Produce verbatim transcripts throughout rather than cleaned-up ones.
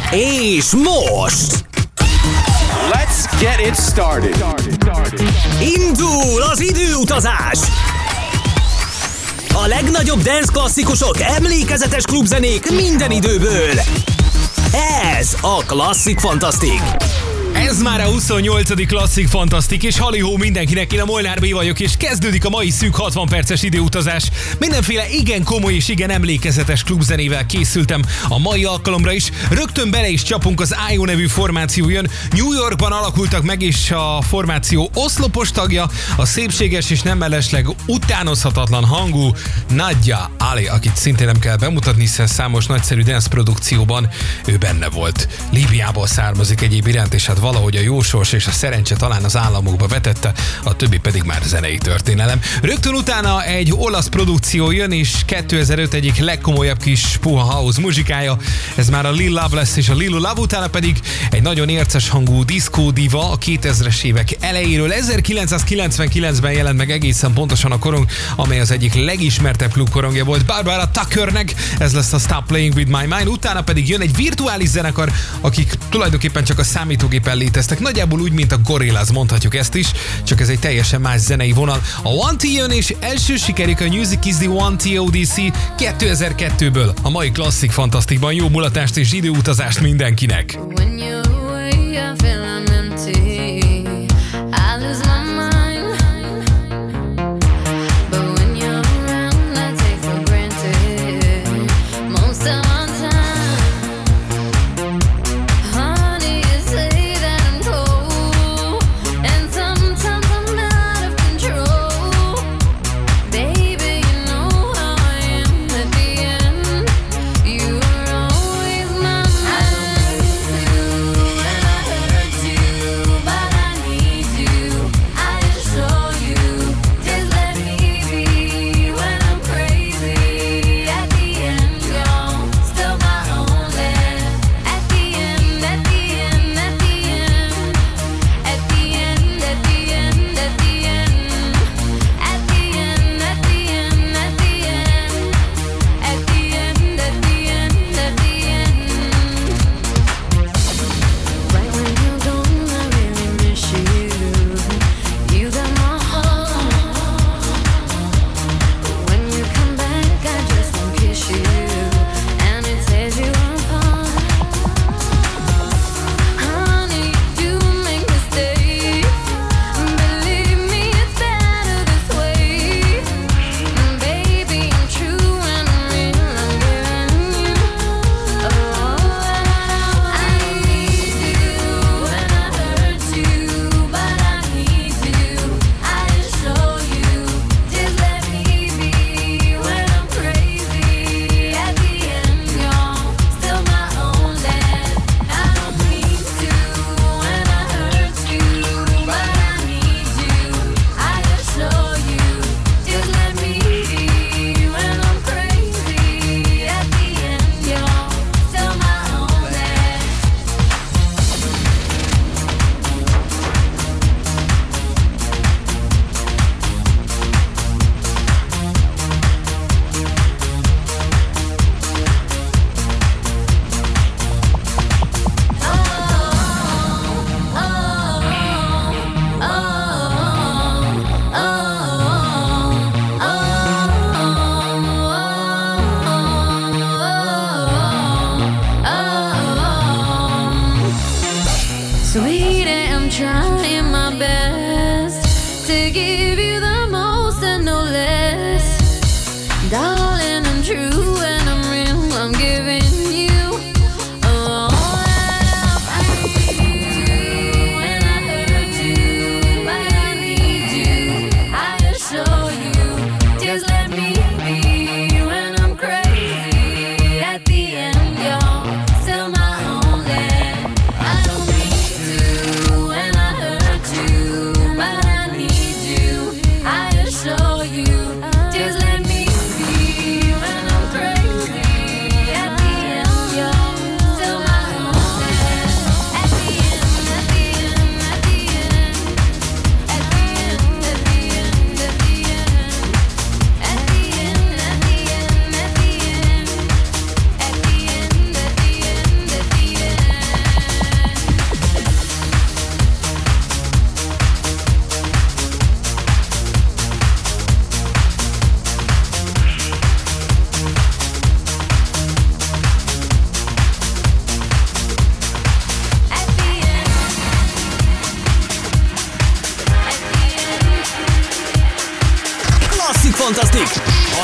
És most Let's get it started. indul az időutazás! A legnagyobb dance klasszikusok, emlékezetes klubzenék minden időből. Ez a Klasszik Fantasztik. Ez már a huszonnyolcadik Klasszik Fantasztik, és halihó mindenkinek, én a Molnár B vagyok, és kezdődik a mai szűk hatvan perces időutazás. Mindenféle igen komoly és igen emlékezetes klubzenével készültem a mai alkalomra is. Rögtön bele is csapunk, az I O nevű formáció jön. New Yorkban alakultak meg, és a formáció oszlopos tagja, a szépséges és nem mellesleg utánozhatatlan hangú Nadia Ali, akit szintén nem kell bemutatni, hiszen számos nagyszerű dance produkcióban ő benne volt. Líbiából származik egyéb iránt, és hát valahogy a jósors és a szerencse talán az államokba vetette, a többi pedig már zenei történelem. Rögtön utána egy olasz produkció jön, és kétezer-öt egyik legkomolyabb kis puha house muzsikája, ez már a Lil Love lesz, és a Lil Love utána pedig egy nagyon érces hangú diszkó diva a kétezres évek elejéről. ezerkilencszázkilencvenkilencben jelent meg egészen pontosan a korong, amely az egyik legismertebb klubkorongja volt Barbara Tuckernek, ez lesz a Stop Playing With My Mind, utána pedig jön egy virtuális zenekar, akik tulajdonképpen csak a számítógépen léteztek, nagyjából úgy, mint a Gorillaz, mondhatjuk ezt is, csak ez egy teljesen más zenei vonal. A one T jön, és első sikerük a Music is the one T O D C kétezer-kettőből. A mai Klasszik Fantasztikban jó mulatást és időutazást mindenkinek! You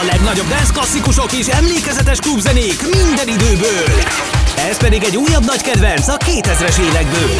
legnagyobb dance klasszikusok és emlékezetes klubzenék minden időből. Ez pedig egy újabb nagy kedvenc a kétezres évekből.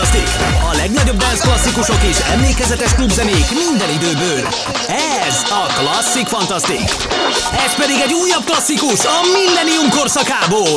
Fantasztik! A legnagyobb dance klasszikusok és emlékezetes klubzenék minden időből. Ez a Klasszik Fantasztik! Ez pedig egy újabb klasszikus a Millennium korszakából!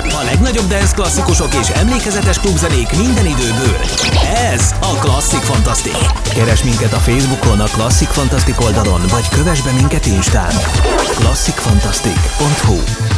legnagyobb dance klasszikusok és emlékezetes klubzenék minden időből. Ez a Klasszik Fantasztik. Fantastic. Keres minket a Facebookon, a Classic Fantastic oldalon, vagy kövess be minket Instán. classic fantastic pont hu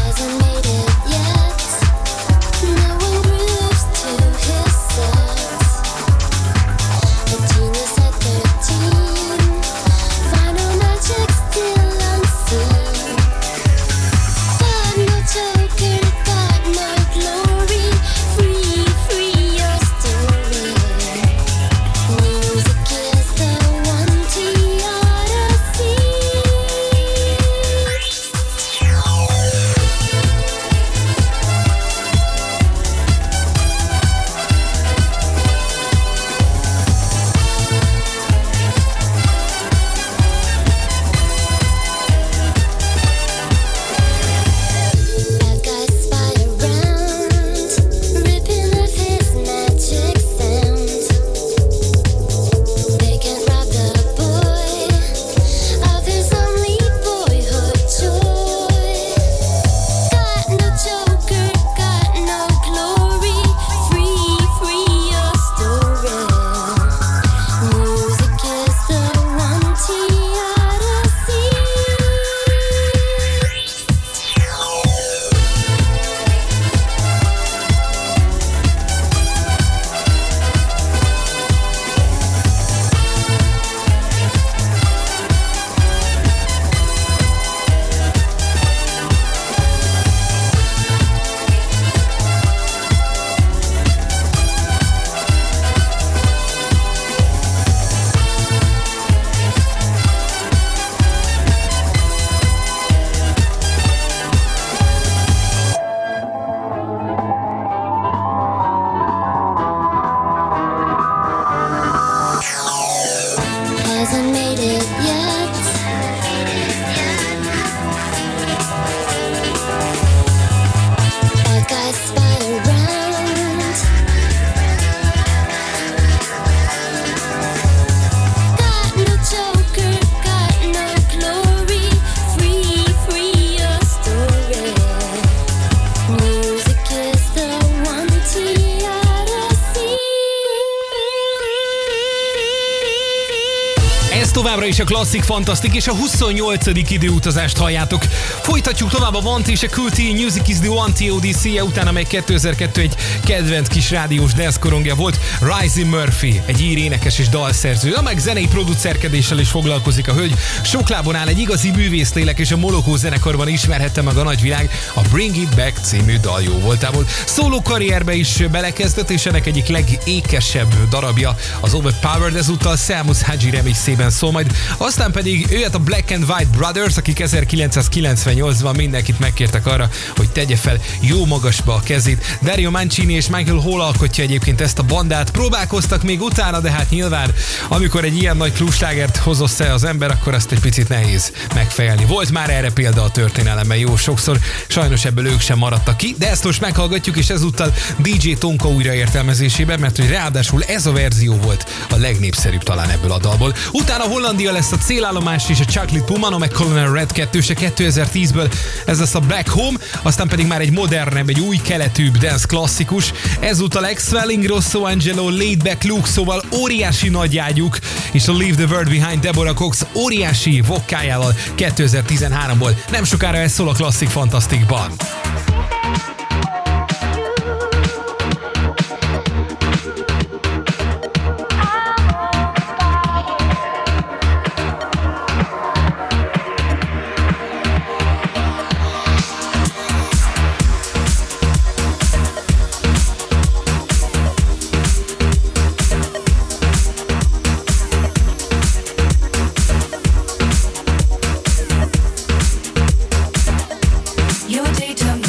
Továbbra is a Classic Fantastic és a huszonnyolcadik időutazást halljátok. Folytatjuk tovább a Vant és a Cool T, Music is the One té o dé cé-je után, amely kétezer-kettő egy kedvenc kis rádiós dance korongja volt. Rising Murphy, egy ír énekes és dalszerző, amely zenei producerkedéssel is foglalkozik a hölgy. Sok lábon áll, egy igazi művészlélek, és a Molokó zenekarban ismerhette meg a nagyvilág a Bring It Back című dal jó voltából. Szóló karrierbe is belekezdett, és ennek egyik legékesebb darabja az Overpowered, ezúttal Selmus Hadji remixében szól majd. Aztán pedig őt a Black and White Brothers, akik ezerkilencszázkilencvennyolcban mindenkit megkértek arra, hogy tegye fel jó magasba a kezét. Dario Mancini és Michael Hall alkotja egyébként ezt a bandát. Próbálkoztak még utána, de hát nyilván, amikor egy ilyen nagy klubslágert hoz össze az ember, akkor azt egy picit nehéz megfejelni. Volt már erre példa a történelemben jó sokszor, sajnos ebből ők sem maradtak ki, de ezt most meghallgatjuk, és ezúttal dé dzsé Tonka újraértelmezésében, mert hogy ráadásul ez a verzió volt a legnépszerűbb talán ebből a dalból. Utána Hollandia lesz a célállomás, és a Chocolate Pumano, meg Colonel Red kettőse kétezer-tízből, ez lesz a Back Home, aztán pedig már egy modernebb, egy új keletűbb dance klasszikus, ezúttal Axwell, Ingrosso, Angelo, Laid Back Luke, szóval óriási nagyjágyuk, és a Leave the World Behind Deborah Cox óriási vokkájával kétezer-tizenháromból. Nem sokára ez szól a Classic Fantasticban. Your data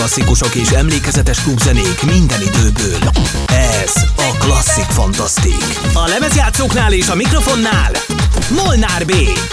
klasszikusok és emlékezetes klubzenék minden időből. Ez a Klasszik Fantasztik. A lemezjátszóknál és a mikrofonnál Molnár B.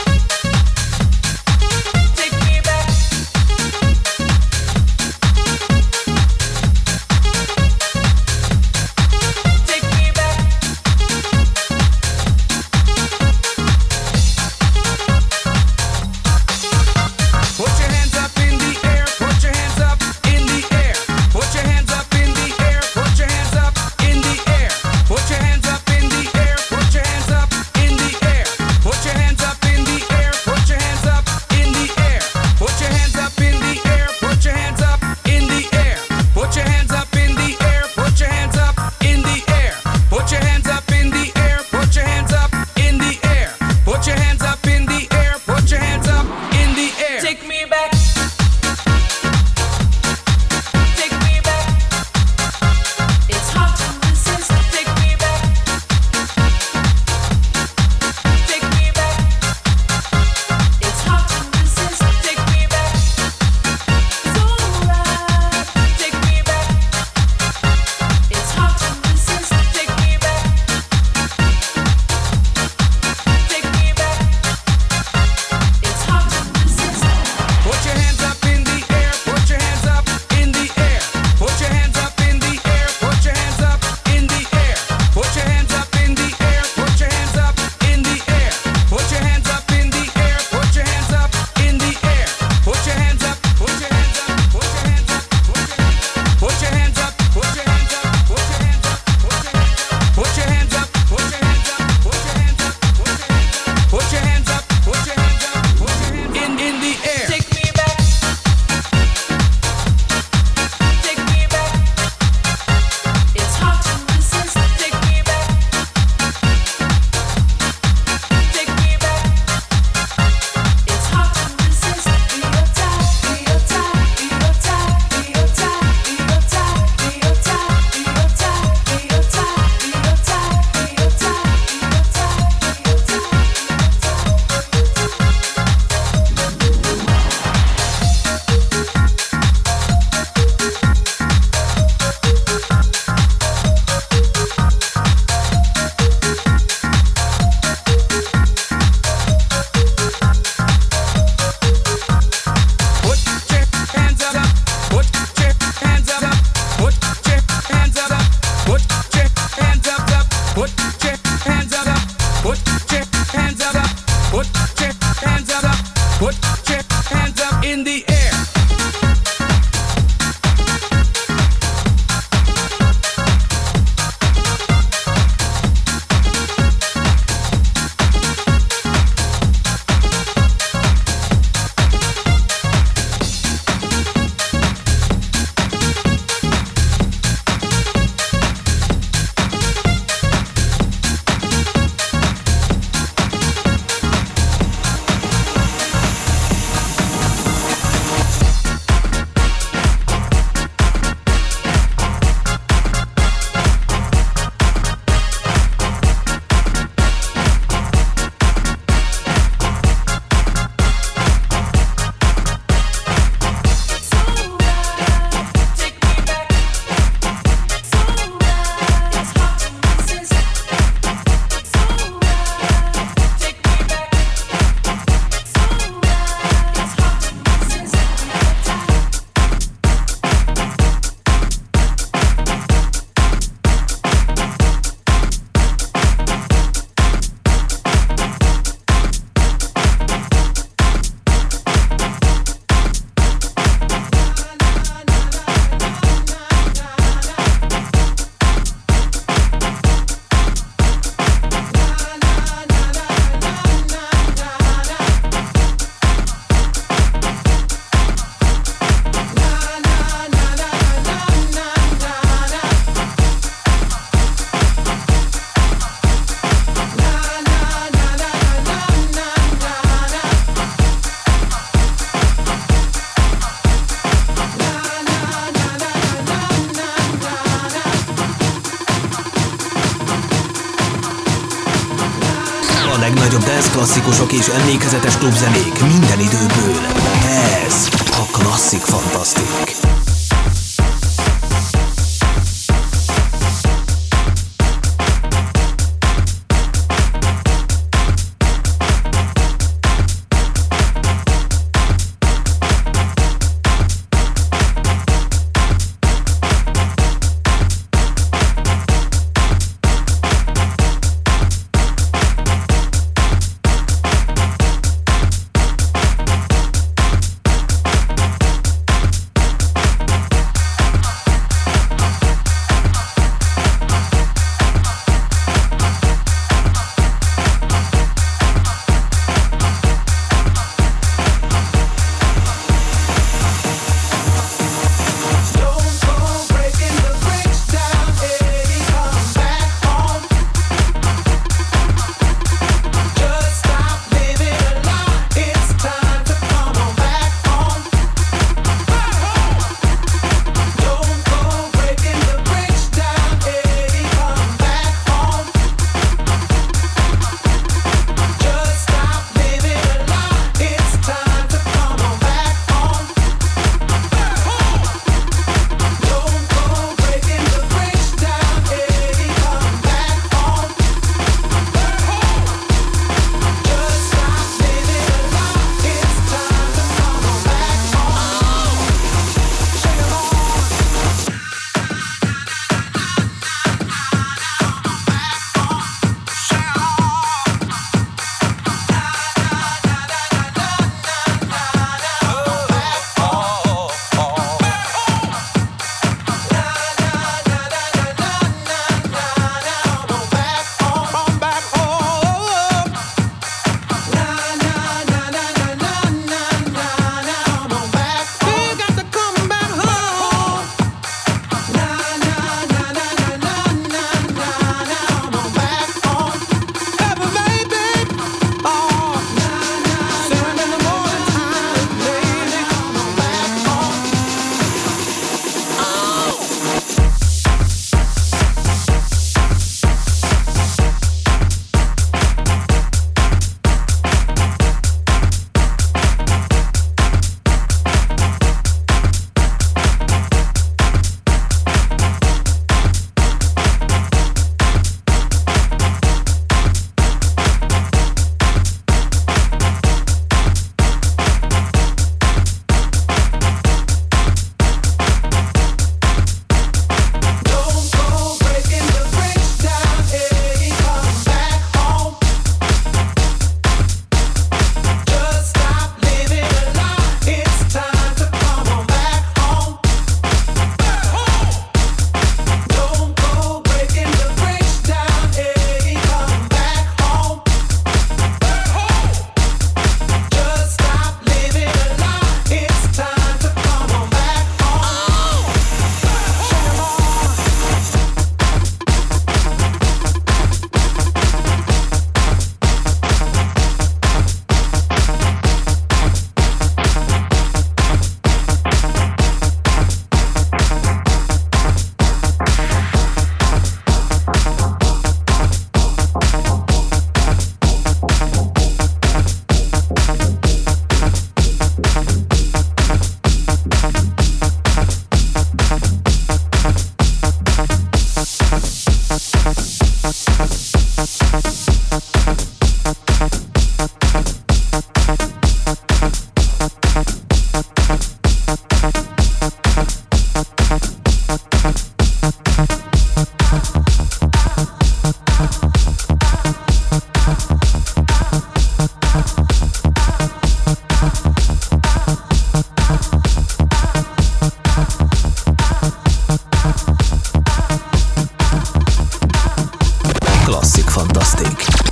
legnagyobb dance klasszikusok és emlékezetes klubzenék minden időből. Ez a Klasszik Fantasztik.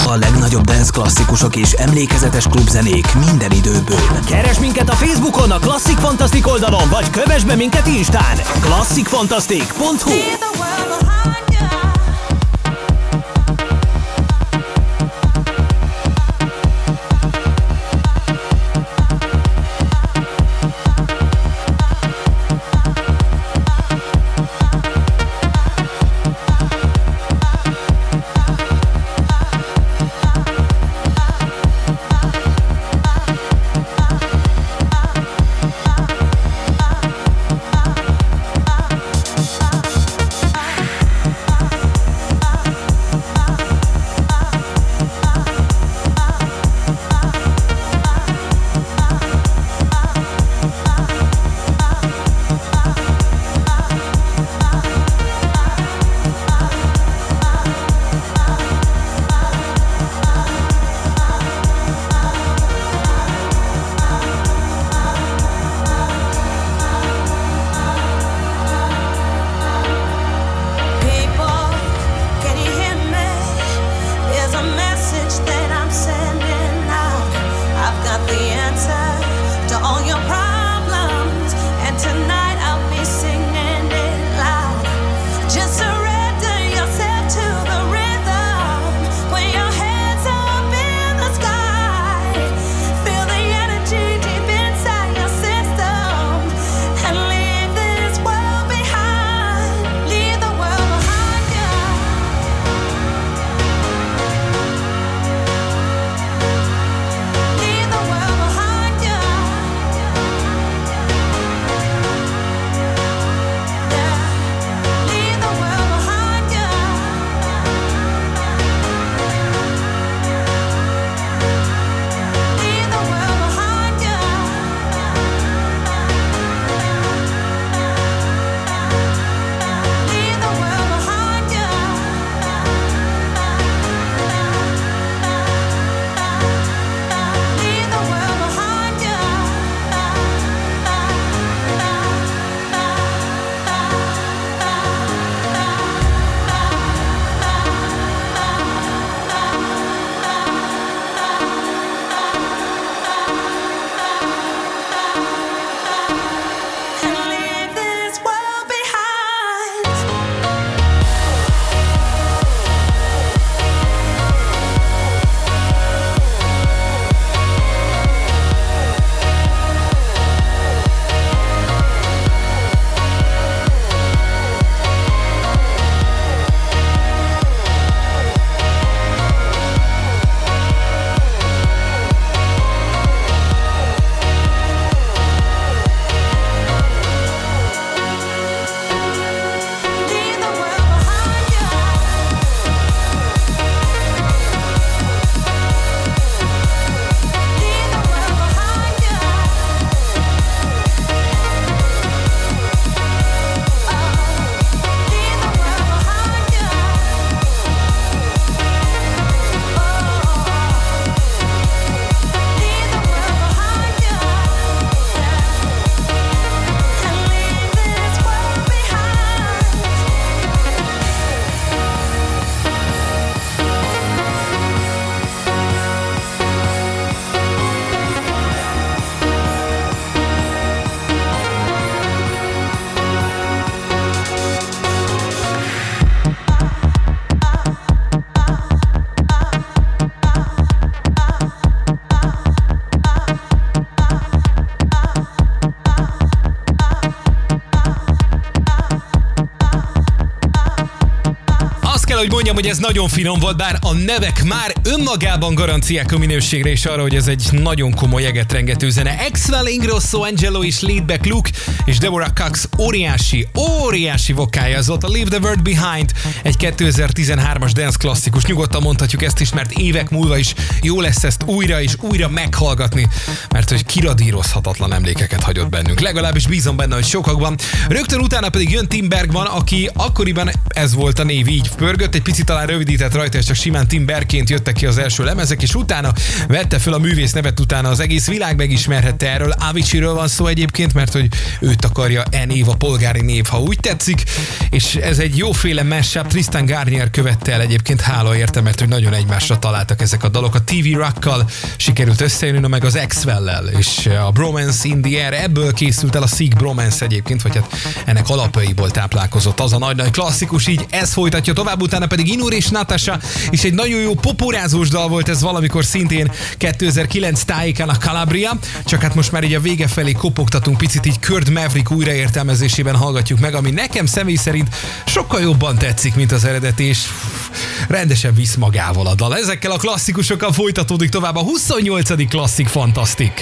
A legnagyobb dance klasszikusok és emlékezetes klubzenék minden időből. Keresd minket a Facebookon, a Classic Fantastic oldalon, vagy kövess be minket Instán. classic fantastic pont hu hogy mondjam, hogy ez nagyon finom volt, bár a nevek már önmagában garanciák a minőségre, és arra, hogy ez egy nagyon komoly egetrengető zene. Axwell Ingrosso, Angelo és Leadback Luke és Deborah Cox óriási, óriási vokája. Ez volt a Leave the World Behind, egy kétezer-tizenhármas dance klasszikus. Nyugodtan mondhatjuk ezt is, mert évek múlva is jó lesz ezt újra és újra meghallgatni, mert hogy kiradírozhatatlan emlékeket hagyott bennünk. Legalábbis bízom benne, hogy sokakban. Rögtön utána pedig jön Tim Bergman, aki akkoriban ez volt a név, így pörgött, Jött egy picit talán rövidített rajta, és csak simán Timberként jöttek ki az első lemezek, és utána vette föl a művész nevet, utána az egész világ megismerhette erről. Aviciiről van szó egyébként, mert hogy őt akarja e név, a polgári név, ha úgy tetszik, és ez egy jóféle mashup. Tristan Garnier követte el egyébként, hála érte, mert hogy nagyon egymásra találtak ezek a dalok. A té vé Rockkal sikerült összejönni, meg az Axwell-lel, és a Bromance in the Air, ebből készült el a Sick Bromance egyébként, vagy hát ennek alapjaiból táplálkozott az a nagy-nagy klasszikus, így ez folytatja tovább, utána pedig Inur és Natasha, és egy nagyon jó poporázós dal volt ez valamikor szintén kétezer-kilenc tájékán, a Calabria, csak hát most már így a vége felé kopogtatunk, picit így Kurt Maverick újraértelmezésében hallgatjuk meg, ami nekem személy szerint sokkal jobban tetszik, mint az eredeti, és rendesen visz magával a dal. Ezekkel a klasszikusokkal folytatódik tovább a huszonnyolcadik Klasszik Fantasztik.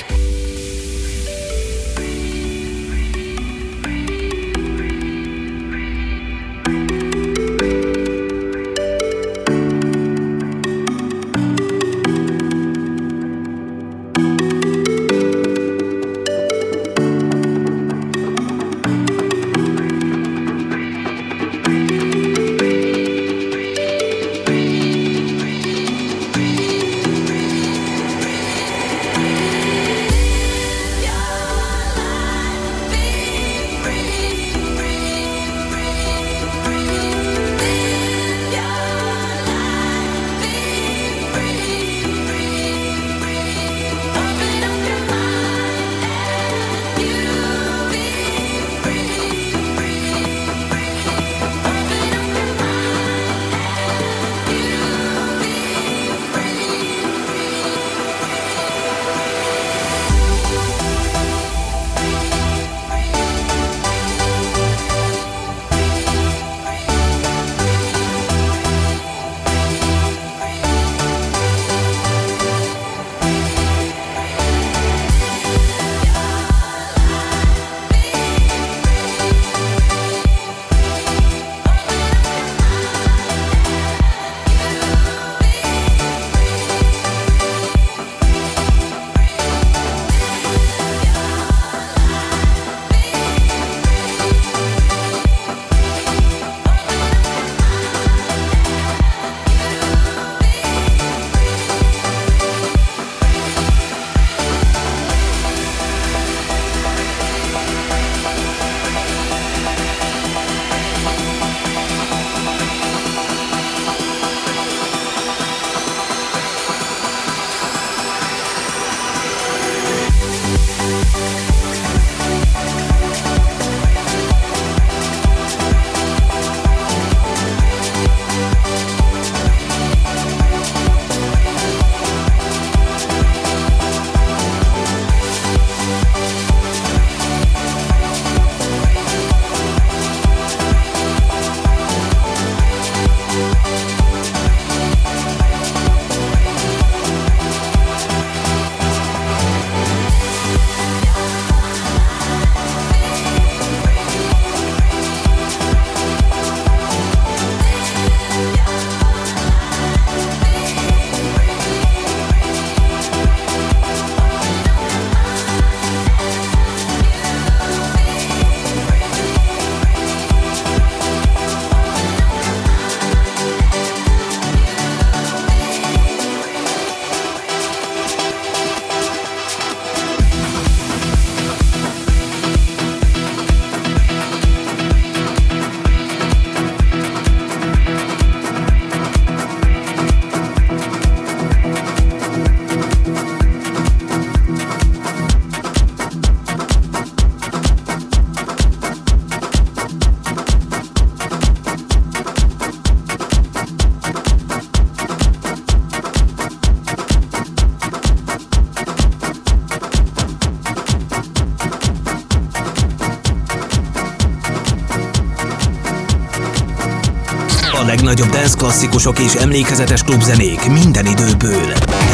legnagyobb dance klasszikusok és emlékezetes klubzenék minden időből.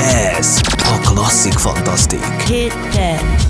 Ez a Klasszik Fantasztik. Hit that.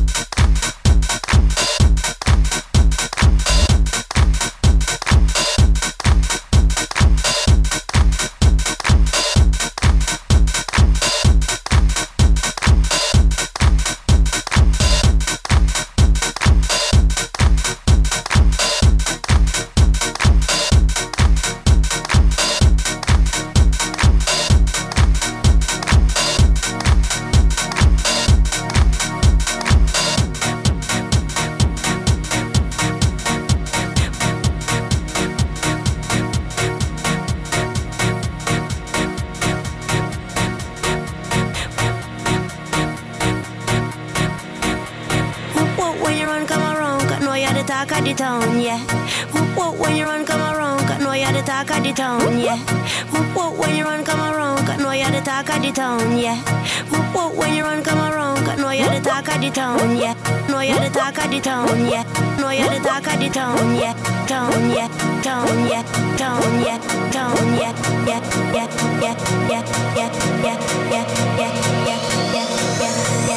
of the town, yeah. Whoop whoop when you run come around, cause know you're the talk of the town, yeah. Whoop whoop when you run come around, cause know you're the talk of the town, yeah. Whoop whoop when you run come around, cause know you're the talk of the town, yeah. Know you're the talk of the town, yeah. Know you're the talk of the town, yeah. Town, yeah. Town, yeah. Town, yeah. Town, yeah. Yeah, yeah, yeah, yeah, yeah, yeah, yeah, yeah, yeah, yeah, yeah,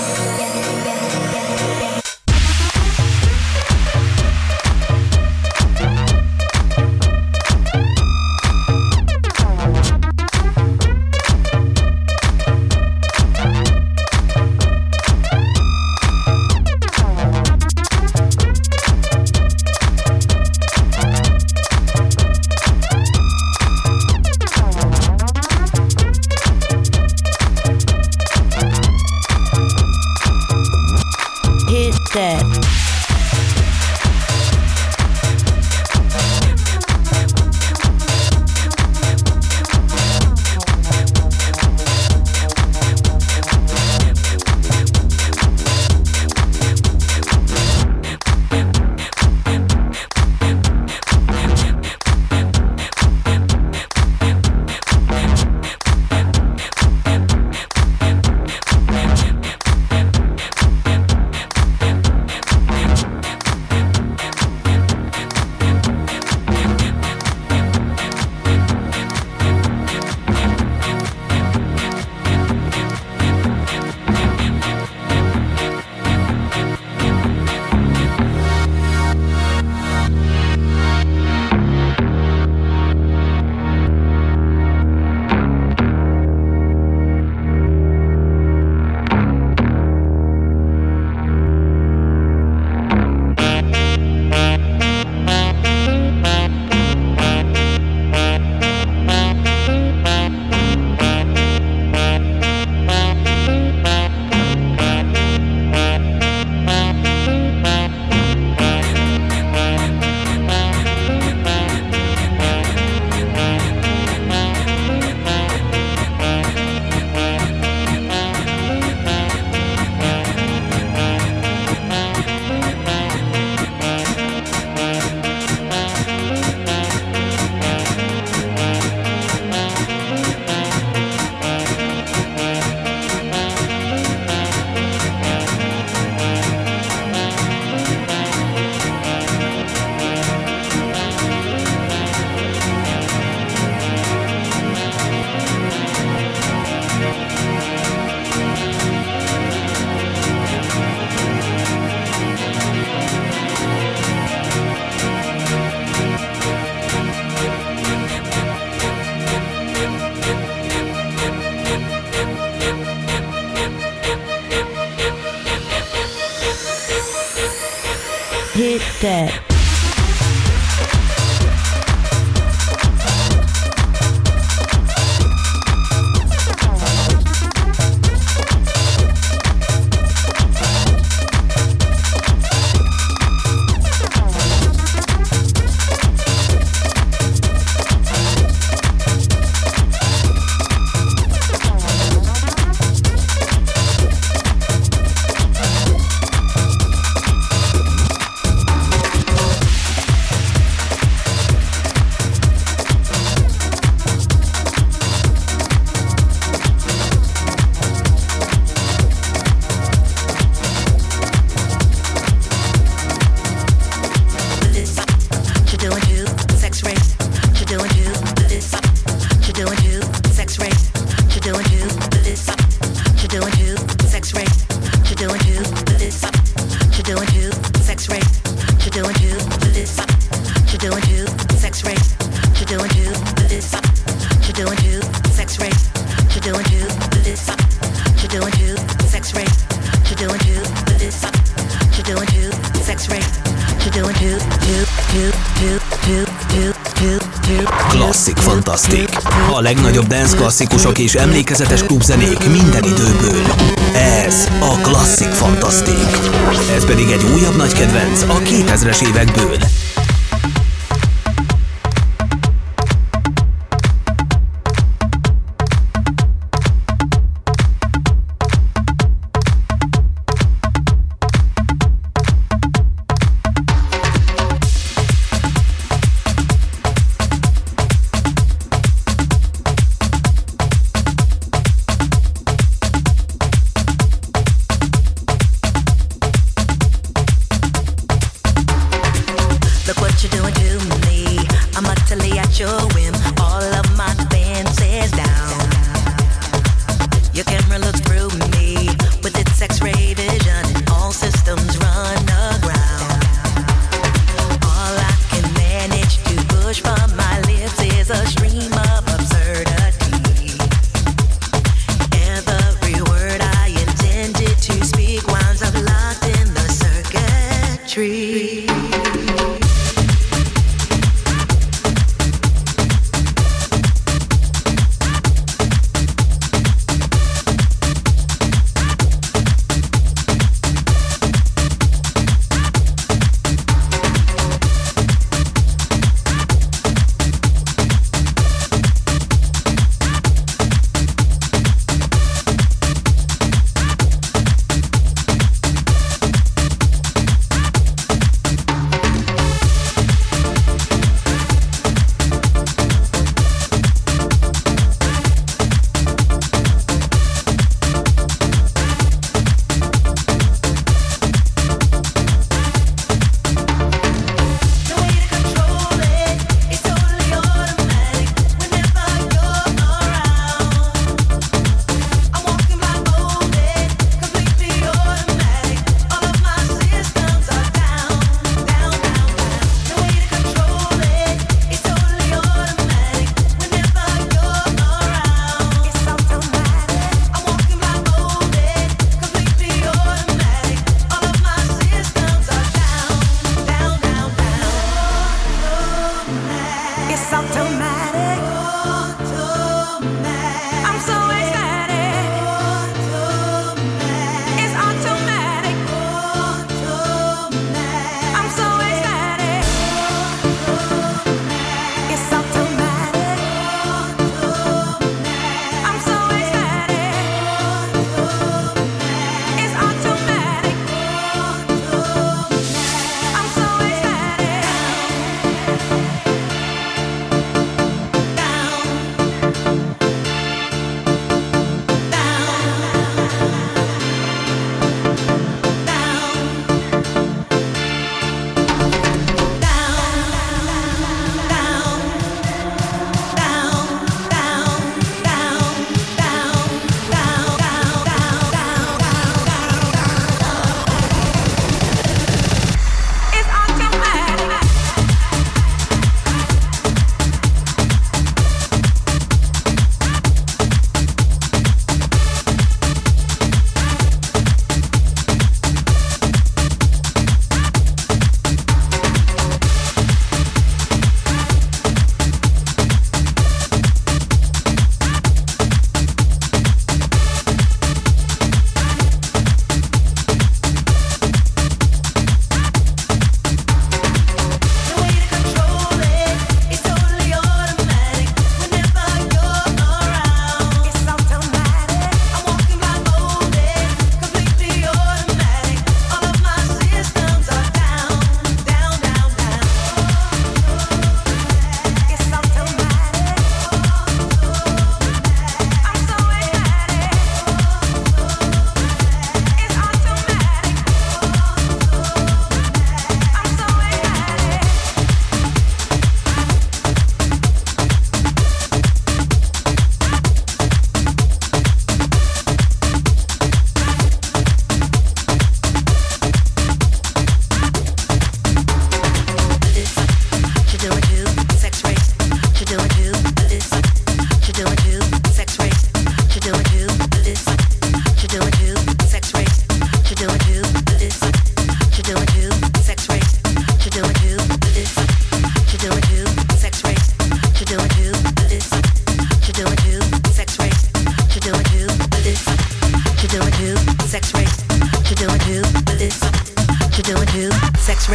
Hit that. Klasszik Fantasztik. A legnagyobb dance klasszikusok és emlékezetes klubzenék minden időből. Ez a Klasszik Fantasztik. Ez pedig egy újabb nagy kedvenc a kétezres évekből.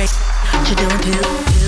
break. What you doing, poo?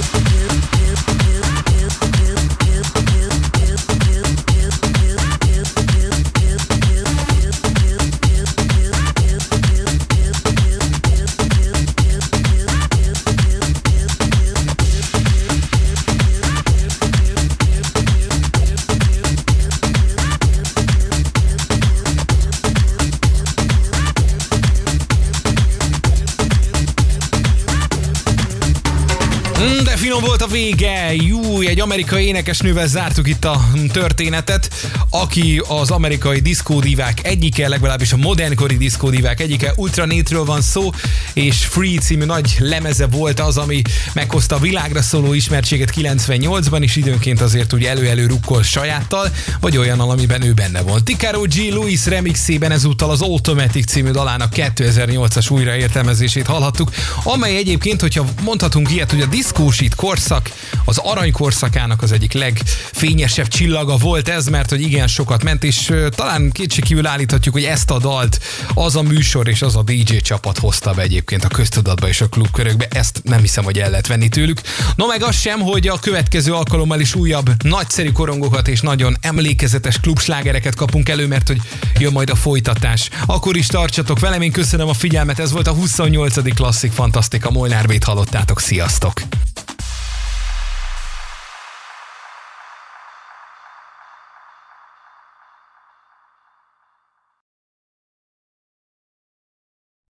De finom volt a vége. Jú, egy amerikai énekesnővel zártuk itt a történetet, aki az amerikai diszkódívák egyike, legalábbis a modernkori diszkódívák egyike. Ultra Nate-ről van szó, és Free című nagy lemeze volt az, ami meghozta a világra szóló ismertséget kilencvennyolcban, és időnként azért úgy elő-elő rukkol sajáttal, vagy olyannal, amiben ő benne volt. Ticaro G. Lewis remixében ezúttal az Automatic című dalának kétezer-nyolcas újraértelmezését hallhattuk, amely egyébként, hogyha mondhatunk ilyet, hogy a diszkósít korszak, az arany korszakának az egyik legfényesebb csillaga volt ez, mert hogy igen sokat ment, és uh, talán kétségkívül állíthatjuk, hogy ezt a dalt az a műsor és az a dé dzsé csapat hozta be egyébként a köztudatba és a klubkörökbe, ezt nem hiszem, hogy el lehet venni tőlük. No meg az sem, hogy a következő alkalommal is újabb nagyszerű korongokat és nagyon emlékezetes klubslágereket kapunk elő, mert hogy jön majd a folytatás. Akkor is tartsatok velem, én köszönöm a figyelmet, ez volt a huszonnyolcadik Klasszik Fantasztika, Molnár B-t hallottátok, sziasztok!